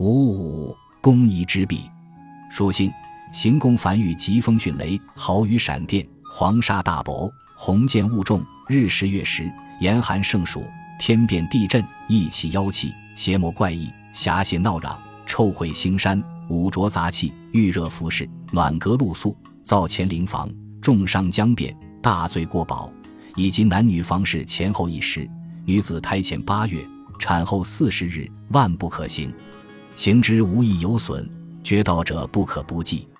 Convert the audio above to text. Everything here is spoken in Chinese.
55公夷之弊。属性：行宫繁育，疾风迅雷，豪雨闪电，黄沙大雹，鸿渐雾重，日食月食，严寒盛暑，天变地震，异气妖气，邪魔怪异，侠邪闹嚷，臭秽腥膻，污浊杂气，遇热服饰，暖隔露宿，造前临房，重伤将变，大罪过保，以及男女房事前后1时，女子胎前8月，产后40日，万不可行。行之无益有损，绝道者不可不忌。